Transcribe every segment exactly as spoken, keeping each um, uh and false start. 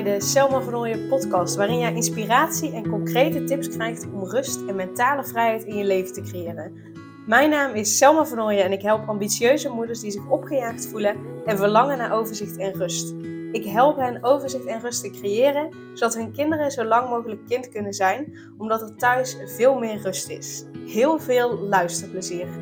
de Selma van Ooyen podcast, waarin jij inspiratie en concrete tips krijgt om rust en mentale vrijheid in je leven te creëren. Mijn naam is Selma van Ooyen en ik help ambitieuze moeders die zich opgejaagd voelen en verlangen naar overzicht en rust. Ik help hen overzicht en rust te creëren, zodat hun kinderen zo lang mogelijk kind kunnen zijn, omdat er thuis veel meer rust is. Heel veel luisterplezier!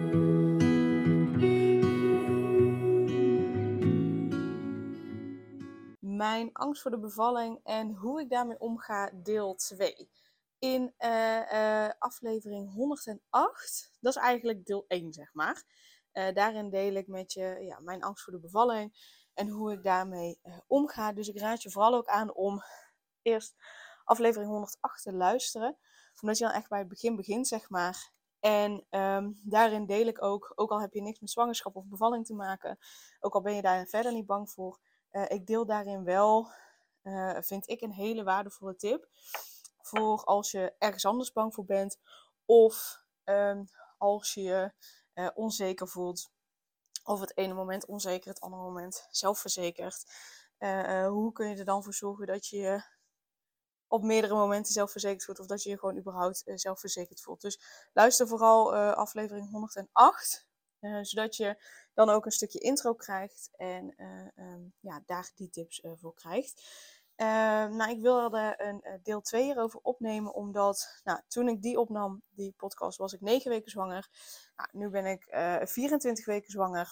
Mijn angst voor de bevalling en hoe ik daarmee omga, deel twee. In uh, uh, aflevering honderdacht, dat is eigenlijk deel één, zeg maar. Uh, daarin deel ik met je ja, mijn angst voor de bevalling en hoe ik daarmee uh, omga. Dus ik raad je vooral ook aan om eerst aflevering honderdacht te luisteren. Omdat je dan echt bij het begin begint, zeg maar. En um, daarin deel ik ook, ook al heb je niks met zwangerschap of bevalling te maken, ook al ben je daar verder niet bang voor, Uh, ik deel daarin wel, uh, vind ik, een hele waardevolle tip. Voor als je ergens anders bang voor bent. Of um, als je je uh, onzeker voelt. Of het ene moment onzeker, het andere moment zelfverzekerd. Uh, uh, hoe kun je er dan voor zorgen dat je je op meerdere momenten zelfverzekerd voelt. Of dat je je gewoon überhaupt uh, zelfverzekerd voelt. Dus luister vooral uh, aflevering honderdacht. Uh, zodat je dan ook een stukje intro krijgt en uh, um, ja, daar die tips uh, voor krijgt. Uh, nou, ik wilde een uh, deel twee hierover opnemen, omdat nou, toen ik die opnam, die podcast, was ik negen weken zwanger. Nou, nu ben ik uh, vierentwintig weken zwanger.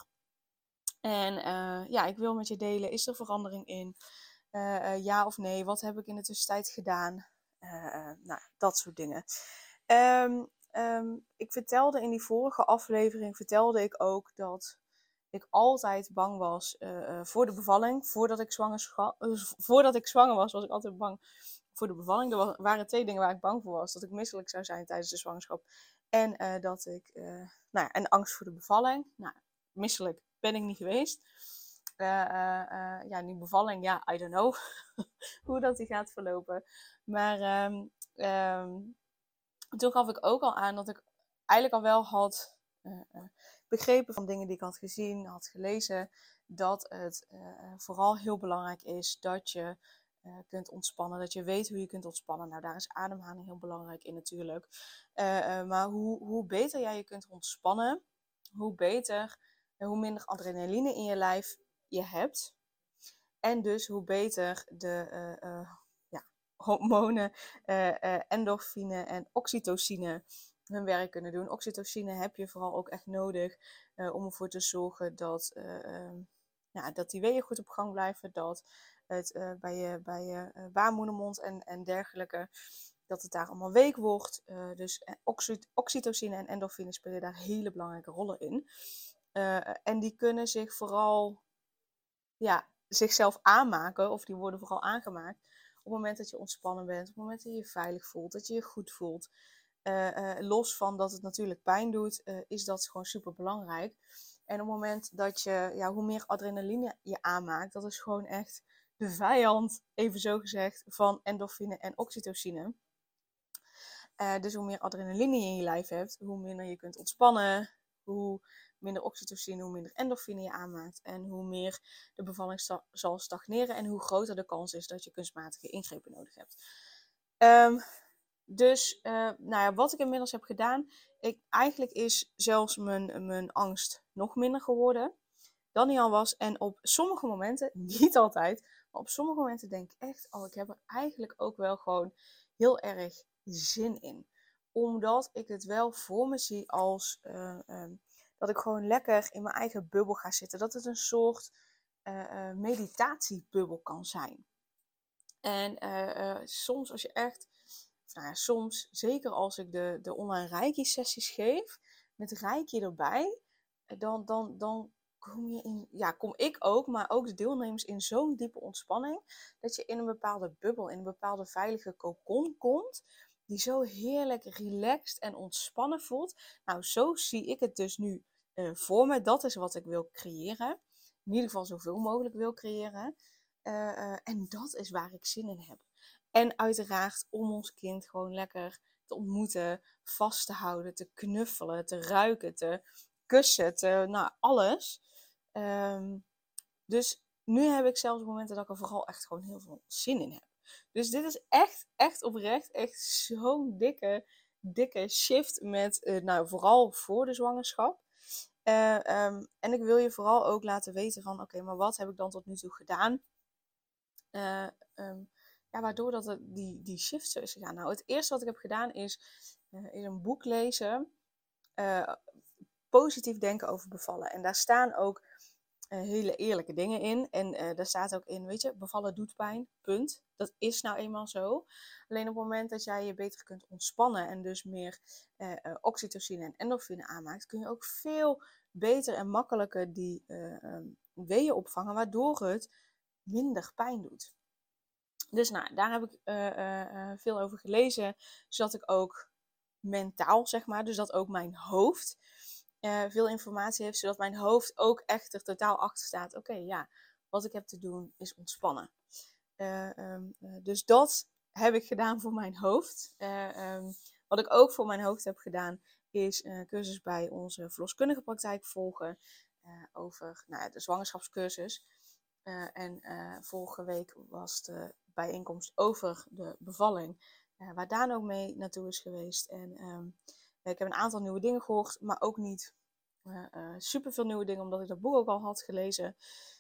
En uh, ja, ik wil met je delen, is er verandering in? Uh, uh, ja of nee? Wat heb ik in de tussentijd gedaan? Uh, uh, nou, dat soort dingen. Um, Um, ik vertelde in die vorige aflevering, vertelde ik ook dat ik altijd bang was uh, uh, voor de bevalling. Voordat ik, zwangerschap, uh, voordat ik zwanger was, was ik altijd bang voor de bevalling. Er waren twee dingen waar ik bang voor was. Dat ik misselijk zou zijn tijdens de zwangerschap. En uh, dat ik, uh, nou ja, en angst voor de bevalling. Nou, misselijk ben ik niet geweest. Uh, uh, uh, ja, die bevalling, ja, I don't know hoe dat die gaat verlopen. Maar um, um, toen gaf ik ook al aan dat ik eigenlijk al wel had uh, uh, begrepen van dingen die ik had gezien, had gelezen, dat het uh, vooral heel belangrijk is dat je uh, kunt ontspannen, dat je weet hoe je kunt ontspannen. Nou, daar is ademhaling heel belangrijk in natuurlijk. Uh, uh, maar hoe, hoe beter jij je kunt ontspannen, hoe beter en hoe minder adrenaline in je lijf je hebt. En dus hoe beter de uh, uh, hormonen, uh, uh, endorfine en oxytocine hun werk kunnen doen. Oxytocine heb je vooral ook echt nodig uh, om ervoor te zorgen dat, uh, uh, ja, dat die weeën goed op gang blijven. Dat het uh, bij je, bij je uh, baarmoedermond en, en dergelijke, dat het daar allemaal week wordt. Uh, dus oxy- oxytocine en endorfine spelen daar hele belangrijke rollen in. Uh, en die kunnen zich vooral ja, zichzelf aanmaken, of die worden vooral aangemaakt op het moment dat je ontspannen bent, op het moment dat je je veilig voelt, dat je je goed voelt. Uh, uh, los van dat het natuurlijk pijn doet, uh, is dat gewoon super belangrijk. En op het moment dat je, ja, hoe meer adrenaline je aanmaakt, dat is gewoon echt de vijand, even zo gezegd, van endorfine en oxytocine. Uh, dus hoe meer adrenaline je in je lijf hebt, hoe minder je kunt ontspannen, hoe minder oxytocine, hoe minder endorfine je aanmaakt en hoe meer de bevalling sta- zal stagneren en hoe groter de kans is dat je kunstmatige ingrepen nodig hebt. Um, dus, uh, nou ja, wat ik inmiddels heb gedaan, ik, eigenlijk is zelfs mijn, mijn angst nog minder geworden dan die al was. En op sommige momenten, niet altijd, maar op sommige momenten denk ik echt, oh, ik heb er eigenlijk ook wel gewoon heel erg zin in. Omdat ik het wel voor me zie als uh, um, dat ik gewoon lekker in mijn eigen bubbel ga zitten. Dat het een soort uh, uh, meditatiebubbel kan zijn. En uh, uh, soms als je echt, nou ja, soms, zeker als ik de, de online Reiki-sessies geef, met Reiki erbij, dan, dan, dan kom je in, ja, kom ik ook, maar ook de deelnemers in zo'n diepe ontspanning, dat je in een bepaalde bubbel, in een bepaalde veilige kokon komt, die zo heerlijk relaxed en ontspannen voelt. Nou, zo zie ik het dus nu uh, voor me. Dat is wat ik wil creëren. In ieder geval zoveel mogelijk wil creëren. Uh, uh, en dat is waar ik zin in heb. En uiteraard om ons kind gewoon lekker te ontmoeten, vast te houden, te knuffelen, te ruiken, te kussen, te, nou alles. Um, dus nu heb ik zelfs momenten dat ik er vooral echt gewoon heel veel zin in heb. Dus dit is echt, echt oprecht, echt zo'n dikke, dikke shift met, uh, nou vooral voor de zwangerschap. Uh, um, en ik wil je vooral ook laten weten van, oké, okay, maar wat heb ik dan tot nu toe gedaan? Uh, um, ja, waardoor dat er die, die shift zo is gegaan. Nou, het eerste wat ik heb gedaan is, uh, is een boek lezen. Uh, positief denken over bevallen. En daar staan ook uh, hele eerlijke dingen in. En uh, daar staat ook in, weet je, bevallen doet pijn, punt. Dat is nou eenmaal zo. Alleen op het moment dat jij je beter kunt ontspannen en dus meer uh, uh, oxytocine en endorfine aanmaakt, kun je ook veel beter en makkelijker die uh, um, weeën opvangen, waardoor het minder pijn doet. Dus nou, daar heb ik uh, uh, uh, veel over gelezen, zodat ik ook mentaal, zeg maar, dus dat ook mijn hoofd uh, veel informatie heeft, zodat mijn hoofd ook echt er totaal achter staat. Oké, okay, ja, wat ik heb te doen is ontspannen. Uh, um, uh, dus dat heb ik gedaan voor mijn hoofd. Uh, um, wat ik ook voor mijn hoofd heb gedaan, is een uh, cursus bij onze verloskundige praktijk volgen uh, over nou, de zwangerschapscursus. Uh, en uh, vorige week was de bijeenkomst over de bevalling, uh, waar Daan ook mee naartoe is geweest. En um, ik heb een aantal nieuwe dingen gehoord, maar ook niet uh, uh, super veel nieuwe dingen, omdat ik dat boek ook al had gelezen.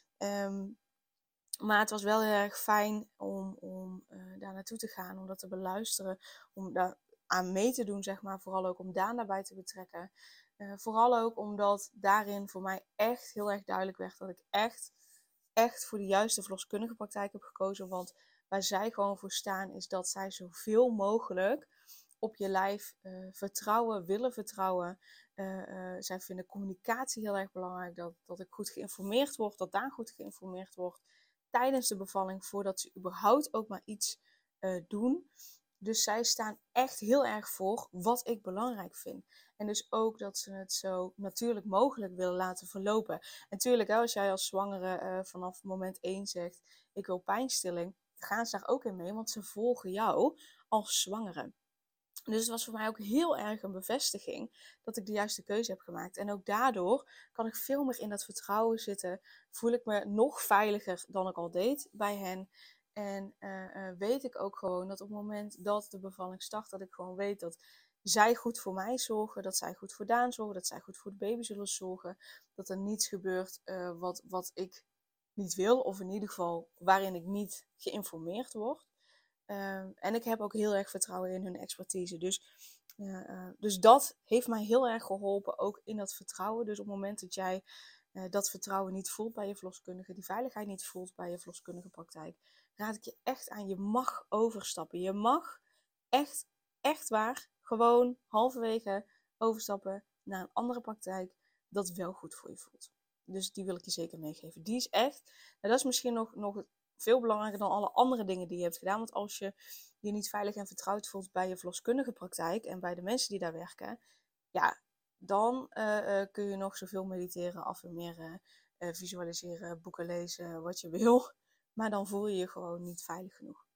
Um, maar het was wel heel erg fijn om, om uh, daar naartoe te gaan, om dat te beluisteren, om daar aan mee te doen, zeg maar. Vooral ook om Daan daarbij te betrekken. Uh, vooral ook omdat daarin voor mij echt heel erg duidelijk werd dat ik echt... echt voor de juiste verloskundige praktijk heb gekozen. Want waar zij gewoon voor staan is dat zij zoveel mogelijk op je lijf uh, vertrouwen, willen vertrouwen. Uh, uh, zij vinden communicatie heel erg belangrijk. Dat, dat ik goed geïnformeerd word, dat Daan goed geïnformeerd wordt tijdens de bevalling, voordat ze überhaupt ook maar iets uh, doen. Dus zij staan echt heel erg voor wat ik belangrijk vind. En dus ook dat ze het zo natuurlijk mogelijk willen laten verlopen. En natuurlijk, als jij als zwangere uh, vanaf moment één zegt, ik wil pijnstilling, gaan ze daar ook in mee, want ze volgen jou als zwangere. Dus het was voor mij ook heel erg een bevestiging dat ik de juiste keuze heb gemaakt. En ook daardoor kan ik veel meer in dat vertrouwen zitten. Voel ik me nog veiliger dan ik al deed bij hen. En uh, uh, weet ik ook gewoon dat op het moment dat de bevalling start, dat ik gewoon weet dat zij goed voor mij zorgen. Dat zij goed voor Daan zorgen. Dat zij goed voor de baby zullen zorgen. Dat er niets gebeurt uh, wat, wat ik niet wil. Of in ieder geval waarin ik niet geïnformeerd word. Uh, en ik heb ook heel erg vertrouwen in hun expertise. Dus, uh, uh, dus dat heeft mij heel erg geholpen, ook in dat vertrouwen. Dus op het moment dat jij uh, dat vertrouwen niet voelt bij je verloskundige, die veiligheid niet voelt bij je verloskundige praktijk, raad ik je echt aan, je mag overstappen. Je mag echt, echt waar, gewoon halverwege overstappen naar een andere praktijk dat wel goed voor je voelt. Dus die wil ik je zeker meegeven. Die is echt, nou, dat is misschien nog, nog het veel belangrijker dan alle andere dingen die je hebt gedaan. Want als je je niet veilig en vertrouwd voelt bij je verloskundige praktijk en bij de mensen die daar werken, ja, dan uh, uh, kun je nog zoveel mediteren, affirmeren, uh, visualiseren, boeken lezen, wat je wil. Maar dan voel je je gewoon niet veilig genoeg.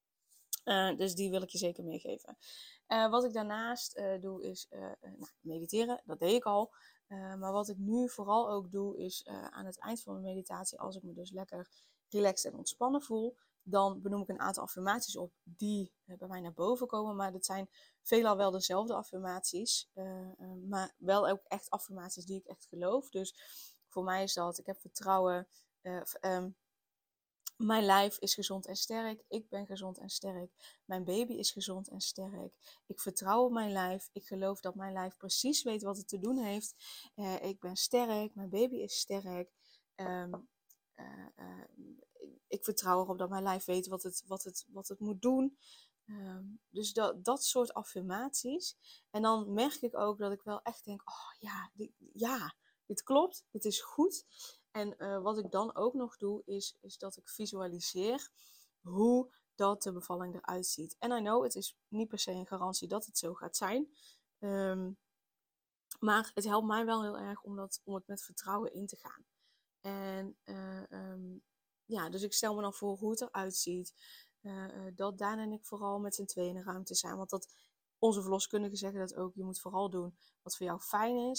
Uh, dus die wil ik je zeker meegeven. Uh, wat ik daarnaast uh, doe is uh, uh, nou, mediteren. Dat deed ik al. Uh, maar wat ik nu vooral ook doe is uh, aan het eind van mijn meditatie, als ik me dus lekker relaxed en ontspannen voel, dan benoem ik een aantal affirmaties op die uh, bij mij naar boven komen. Maar dat zijn veelal wel dezelfde affirmaties. Uh, uh, maar wel ook echt affirmaties die ik echt geloof. Dus voor mij is dat, ik heb vertrouwen. Uh, um, Mijn lijf is gezond en sterk. Ik ben gezond en sterk. Mijn baby is gezond en sterk. Ik vertrouw op mijn lijf. Ik geloof dat mijn lijf precies weet wat het te doen heeft. Uh, ik ben sterk. Mijn baby is sterk. Um, uh, uh, ik vertrouw erop dat mijn lijf weet wat het, wat het, wat het moet doen. Um, dus dat, dat soort affirmaties. En dan merk ik ook dat ik wel echt denk, oh ja, dit, ja, dit klopt. Dit is goed. En uh, wat ik dan ook nog doe, is, is dat ik visualiseer hoe dat de bevalling eruit ziet. En I know, het is niet per se een garantie dat het zo gaat zijn. Um, maar het helpt mij wel heel erg om, dat, om het met vertrouwen in te gaan. En uh, um, ja, dus ik stel me dan voor hoe het eruit ziet. Uh, uh, dat Daan en ik vooral met z'n tweeën in de ruimte zijn. Want dat, onze verloskundigen zeggen dat ook. Je moet vooral doen wat voor jou fijn is.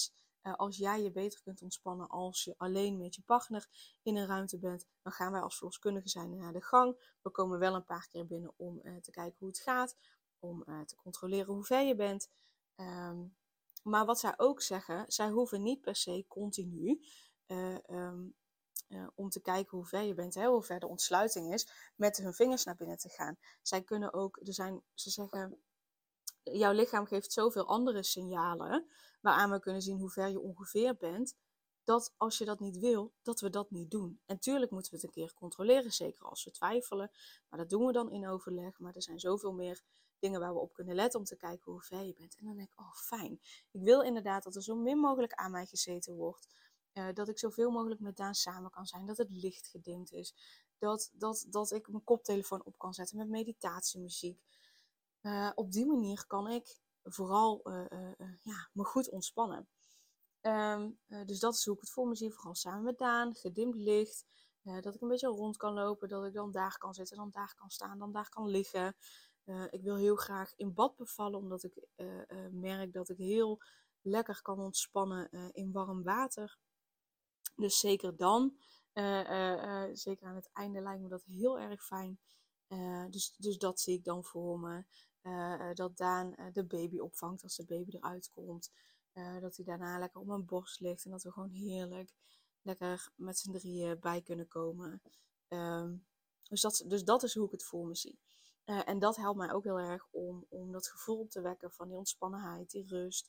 Uh, als jij je beter kunt ontspannen als je alleen met je partner in een ruimte bent, dan gaan wij als verloskundige zijn naar de gang. We komen wel een paar keer binnen om uh, te kijken hoe het gaat, om uh, te controleren hoe ver je bent. Um, maar wat zij ook zeggen, zij hoeven niet per se continu uh, um, uh, om te kijken hoe ver je bent, hè, hoe ver de ontsluiting is, met hun vingers naar binnen te gaan. Zij kunnen ook, er zijn, ze zeggen, jouw lichaam geeft zoveel andere signalen waaraan we kunnen zien hoe ver je ongeveer bent, dat als je dat niet wil, dat we dat niet doen. En tuurlijk moeten we het een keer controleren, zeker als we twijfelen. Maar dat doen we dan in overleg. Maar er zijn zoveel meer dingen waar we op kunnen letten om te kijken hoe ver je bent. En dan denk ik, oh fijn. Ik wil inderdaad dat er zo min mogelijk aan mij gezeten wordt. Uh, dat ik zoveel mogelijk met Daan samen kan zijn. Dat het licht gedimd is. Dat, dat, dat ik mijn koptelefoon op kan zetten met meditatiemuziek. Uh, op die manier kan ik vooral uh, uh, uh, ja, me goed ontspannen. Um, uh, dus dat is hoe ik het voor me zie. Vooral samen met Daan. Gedimd licht. Uh, dat ik een beetje rond kan lopen. Dat ik dan daar kan zitten. Dan daar kan staan. Dan daar kan liggen. Uh, ik wil heel graag in bad bevallen. Omdat ik uh, uh, merk dat ik heel lekker kan ontspannen uh, in warm water. Dus zeker dan. Uh, uh, uh, zeker aan het einde lijkt me dat heel erg fijn. Uh, dus, dus dat zie ik dan voor me. Uh, dat Daan uh, de baby opvangt als de baby eruit komt. Uh, dat hij daarna lekker op mijn borst ligt. En dat we gewoon heerlijk lekker met z'n drieën bij kunnen komen. Um, dus, dat, dus dat is hoe ik het voor me zie. Uh, en dat helpt mij ook heel erg om, om dat gevoel op te wekken van die ontspannenheid, die rust.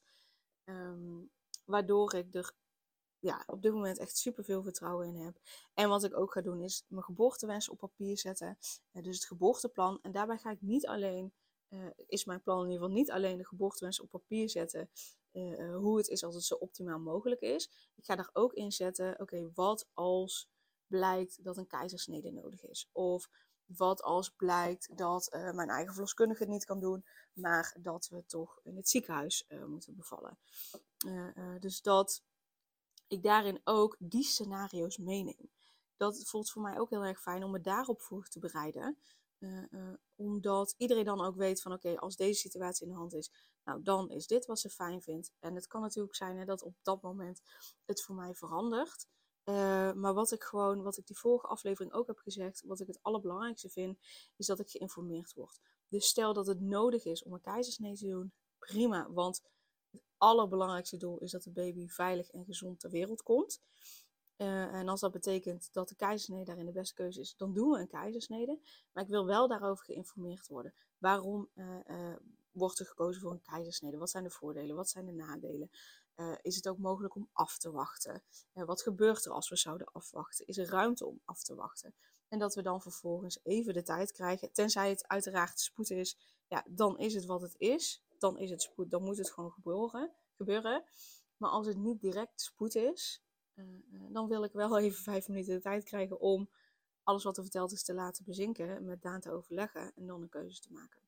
Um, waardoor ik er ja, op dit moment echt super veel vertrouwen in heb. En wat ik ook ga doen is mijn geboortewens op papier zetten. Uh, dus het geboorteplan. En daarbij ga ik niet alleen, uh, is mijn plan in ieder geval niet alleen de geboortewens op papier zetten. Uh, uh, hoe het is als het zo optimaal mogelijk is. Ik ga daar ook in zetten, oké, okay, wat als blijkt dat een keizersnede nodig is? Of wat als blijkt dat uh, mijn eigen verloskundige het niet kan doen, maar dat we toch in het ziekenhuis uh, moeten bevallen. Uh, uh, dus dat ik daarin ook die scenario's meeneem. Dat voelt voor mij ook heel erg fijn om me daarop voor te bereiden. Uh, uh, omdat iedereen dan ook weet van oké, okay, als deze situatie in de hand is, nou dan is dit wat ze fijn vindt. En het kan natuurlijk zijn hè, dat op dat moment het voor mij verandert. Uh, maar wat ik gewoon, wat ik die vorige aflevering ook heb gezegd, wat ik het allerbelangrijkste vind, is dat ik geïnformeerd word. Dus stel dat het nodig is om een keizersnee te doen, prima. Want het allerbelangrijkste doel is dat de baby veilig en gezond ter wereld komt. Uh, en als dat betekent dat de keizersnede daarin de beste keuze is, dan doen we een keizersnede. Maar ik wil wel daarover geïnformeerd worden. Waarom uh, uh, wordt er gekozen voor een keizersnede? Wat zijn de voordelen? Wat zijn de nadelen? Uh, is het ook mogelijk om af te wachten? Uh, wat gebeurt er als we zouden afwachten? Is er ruimte om af te wachten? En dat we dan vervolgens even de tijd krijgen. Tenzij het uiteraard spoed is, ja, dan is het wat het is. Dan is het spoed, dan moet het gewoon gebeuren. gebeuren. Maar als het niet direct spoed is, uh, uh, dan wil ik wel even vijf minuten de tijd krijgen om alles wat er verteld is te laten bezinken, met Daan te overleggen en dan een keuze te maken.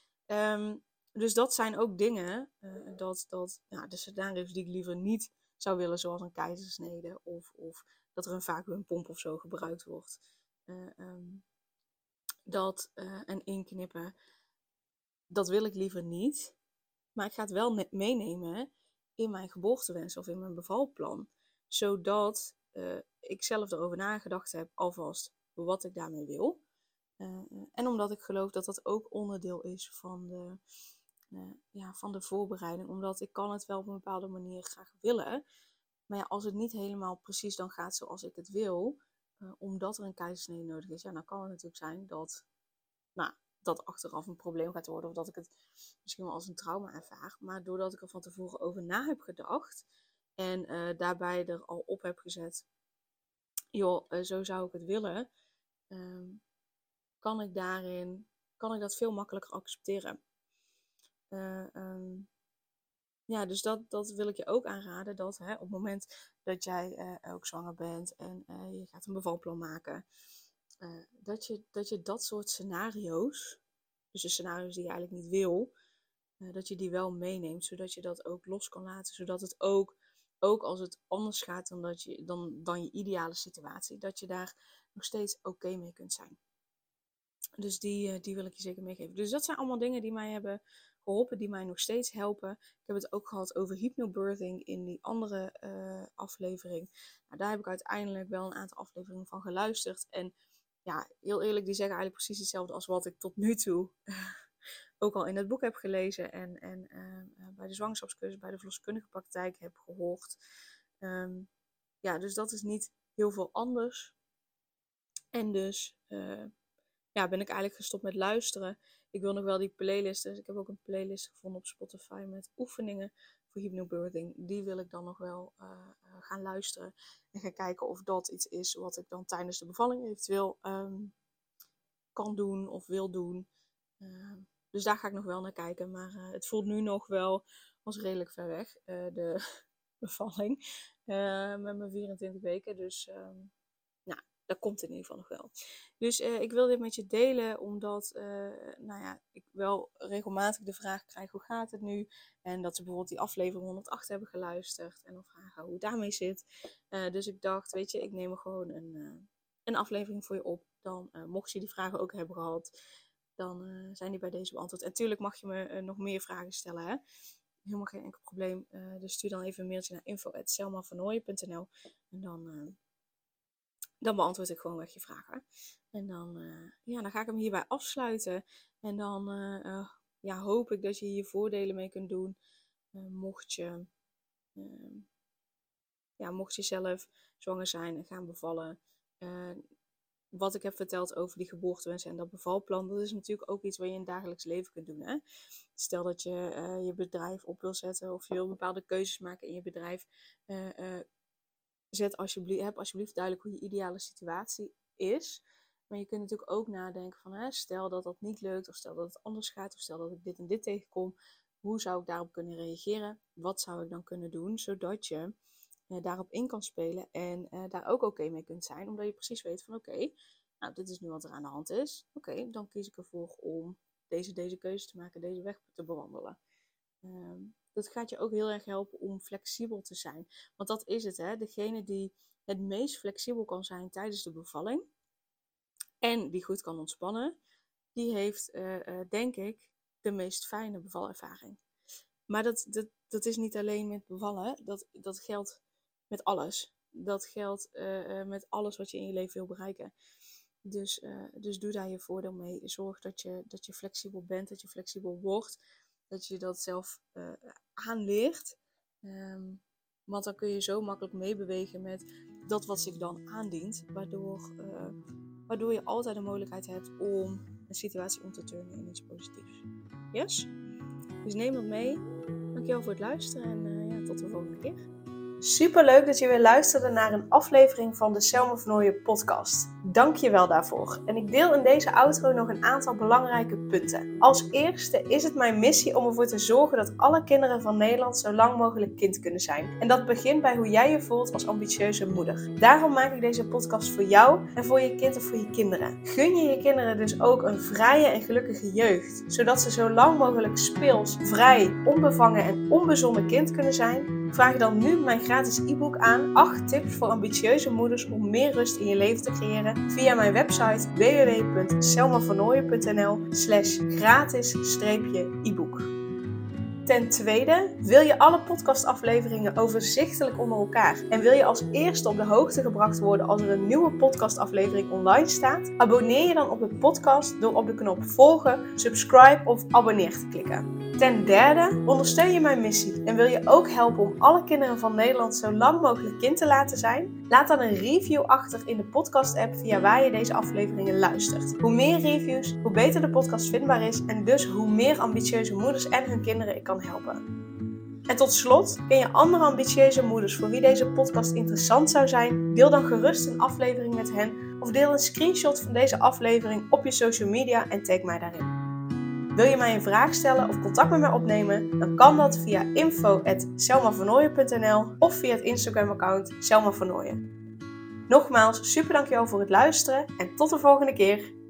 Um, dus dat zijn ook dingen, uh, dat, dat ja, de scenario's die ik liever niet zou willen, zoals een keizersnede of, of dat er een vacuümpomp of zo gebruikt wordt. Uh, um, dat uh, en inknippen, dat wil ik liever niet. Maar ik ga het wel meenemen in mijn geboortewens of in mijn bevalplan. Zodat uh, ik zelf erover nagedacht heb alvast wat ik daarmee wil. Uh, en omdat ik geloof dat dat ook onderdeel is van de, uh, ja, van de voorbereiding. Omdat ik kan het wel op een bepaalde manier graag willen. Maar ja, als het niet helemaal precies dan gaat zoals ik het wil. Uh, omdat er een keizersnede nodig is. Ja, dan kan het natuurlijk zijn dat... Nou, dat achteraf een probleem gaat worden. Of dat ik het misschien wel als een trauma ervaar. Maar doordat ik er van tevoren over na heb gedacht. En uh, daarbij er al op heb gezet. Joh, uh, zo zou ik het willen. Um, kan ik daarin, kan ik dat veel makkelijker accepteren. Uh, um, ja, dus dat, dat wil ik je ook aanraden. Dat hè, op het moment dat jij uh, ook zwanger bent. En uh, je gaat een bevalplan maken. Uh, dat, je, dat je dat soort scenario's, dus de scenario's die je eigenlijk niet wil, uh, dat je die wel meeneemt, zodat je dat ook los kan laten, zodat het ook, ook als het anders gaat dan, dat je, dan, dan je ideale situatie, dat je daar nog steeds oké okay mee kunt zijn. Dus die, uh, die wil ik je zeker meegeven. Dus dat zijn allemaal dingen die mij hebben geholpen die mij nog steeds helpen. Ik heb het ook gehad over hypnobirthing in die andere uh, aflevering. Nou, daar heb ik uiteindelijk wel een aantal afleveringen van geluisterd. En ja, heel eerlijk, die zeggen eigenlijk precies hetzelfde als wat ik tot nu toe ook al in het boek heb gelezen. En, en uh, bij de zwangerschapscursus, bij de verloskundige praktijk heb gehoord. Um, ja, dus dat is niet heel veel anders. En dus uh, ja, ben ik eigenlijk gestopt met luisteren. Ik wil nog wel die playlist. Dus ik heb ook een playlist gevonden op Spotify met oefeningen voor hypnobirthing. Die wil ik dan nog wel uh, uh, gaan luisteren. En gaan kijken of dat iets is wat ik dan tijdens de bevalling eventueel um, kan doen of wil doen. Uh, dus daar ga ik nog wel naar kijken. Maar uh, het voelt nu nog wel als redelijk ver weg. Uh, de bevalling. Uh, met mijn vierentwintig weken. Dus um, nou, dat komt in ieder geval nog wel. Dus uh, ik wil dit met je delen. Omdat uh, nou ja, ik wel regelmatig de vraag krijg. Hoe gaat het nu? En dat ze bijvoorbeeld die aflevering honderdacht hebben geluisterd. En dan vragen hoe het daarmee zit. Uh, dus ik dacht, weet je, ik neem er gewoon een, uh, een aflevering voor je op. Dan uh, mocht je die vragen ook hebben gehad. Dan uh, zijn die bij deze beantwoord. En natuurlijk mag je me uh, nog meer vragen stellen, hè. Helemaal geen enkel probleem. Uh, dus stuur dan even een mailtje naar info at selmavernooyen punt n l. En dan, uh, dan beantwoord ik gewoon weg je vragen. En dan, uh, ja, dan ga ik hem hierbij afsluiten. En dan uh, uh, ja, hoop ik dat je hier voordelen mee kunt doen. Uh, mocht je uh, ja, mocht je zelf zwanger zijn en gaan bevallen. Uh, wat ik heb verteld over die geboortewens en dat bevalplan, dat is natuurlijk ook iets wat je in het dagelijks leven kunt doen. Hè? Stel dat je uh, je bedrijf op wil zetten of je wil bepaalde keuzes maken in je bedrijf. Uh, uh, zet alsjeblieft, heb alsjeblieft duidelijk hoe je ideale situatie is. Maar je kunt natuurlijk ook nadenken van, hè, stel dat dat niet lukt, of stel dat het anders gaat, of stel dat ik dit en dit tegenkom. Hoe zou ik daarop kunnen reageren? Wat zou ik dan kunnen doen, zodat je uh, daarop in kan spelen en uh, daar ook oké okay mee kunt zijn. Omdat je precies weet van, oké, okay, nou, dit is nu wat er aan de hand is. Oké, okay, dan kies ik ervoor om deze, deze keuze te maken, deze weg te bewandelen. Um, dat gaat je ook heel erg helpen om flexibel te zijn. Want dat is het, hè. Degene die het meest flexibel kan zijn tijdens de bevalling en die goed kan ontspannen, die heeft, uh, uh, denk ik, de meest fijne bevalervaring. Maar dat, dat, dat is niet alleen met bevallen, dat, dat geldt met alles. Dat geldt uh, uh, met alles wat je in je leven wil bereiken. Dus, uh, dus doe daar je voordeel mee. Zorg dat je, dat je flexibel bent, dat je flexibel wordt. Dat je dat zelf uh, aanleert. Um, want dan kun je zo makkelijk meebewegen met dat wat zich dan aandient. Waardoor, uh, waardoor je altijd de mogelijkheid hebt om een situatie om te turnen in iets positiefs. Yes? Dus neem dat mee. Dankjewel voor het luisteren en uh, ja, tot de volgende keer. Super leuk dat je weer luisterde naar een aflevering van de Selma Vernooyen podcast. Dank je wel daarvoor. En ik deel in deze outro nog een aantal belangrijke punten. Als eerste is het mijn missie om ervoor te zorgen dat alle kinderen van Nederland zo lang mogelijk kind kunnen zijn. En dat begint bij hoe jij je voelt als ambitieuze moeder. Daarom maak ik deze podcast voor jou en voor je kind of voor je kinderen. Gun je je kinderen dus ook een vrije en gelukkige jeugd. Zodat ze zo lang mogelijk speels, vrij, onbevangen en onbezonnen kind kunnen zijn. Vraag dan nu mijn gratis e-book aan acht tips voor ambitieuze moeders om meer rust in je leven te creëren via mijn website w w w punt selmavernooyen punt n l slash gratis e-book. Ten tweede, wil je alle podcastafleveringen overzichtelijk onder elkaar en wil je als eerste op de hoogte gebracht worden als er een nieuwe podcastaflevering online staat? Abonneer je dan op de podcast door op de knop volgen, subscribe of abonneer te klikken. Ten derde, ondersteun je mijn missie en wil je ook helpen om alle kinderen van Nederland zo lang mogelijk kind te laten zijn? Laat dan een review achter in de podcast-app via waar je deze afleveringen luistert. Hoe meer reviews, hoe beter de podcast vindbaar is en dus hoe meer ambitieuze moeders en hun kinderen ik kan helpen. En tot slot, ken je andere ambitieuze moeders voor wie deze podcast interessant zou zijn? Deel dan gerust een aflevering met hen of deel een screenshot van deze aflevering op je social media en tag mij daarin. Wil je mij een vraag stellen of contact met mij opnemen? Dan kan dat via info at selmavernooyen punt n l of via het Instagram-account Selma Vernooyen. Nogmaals, super dankjewel voor het luisteren en tot de volgende keer.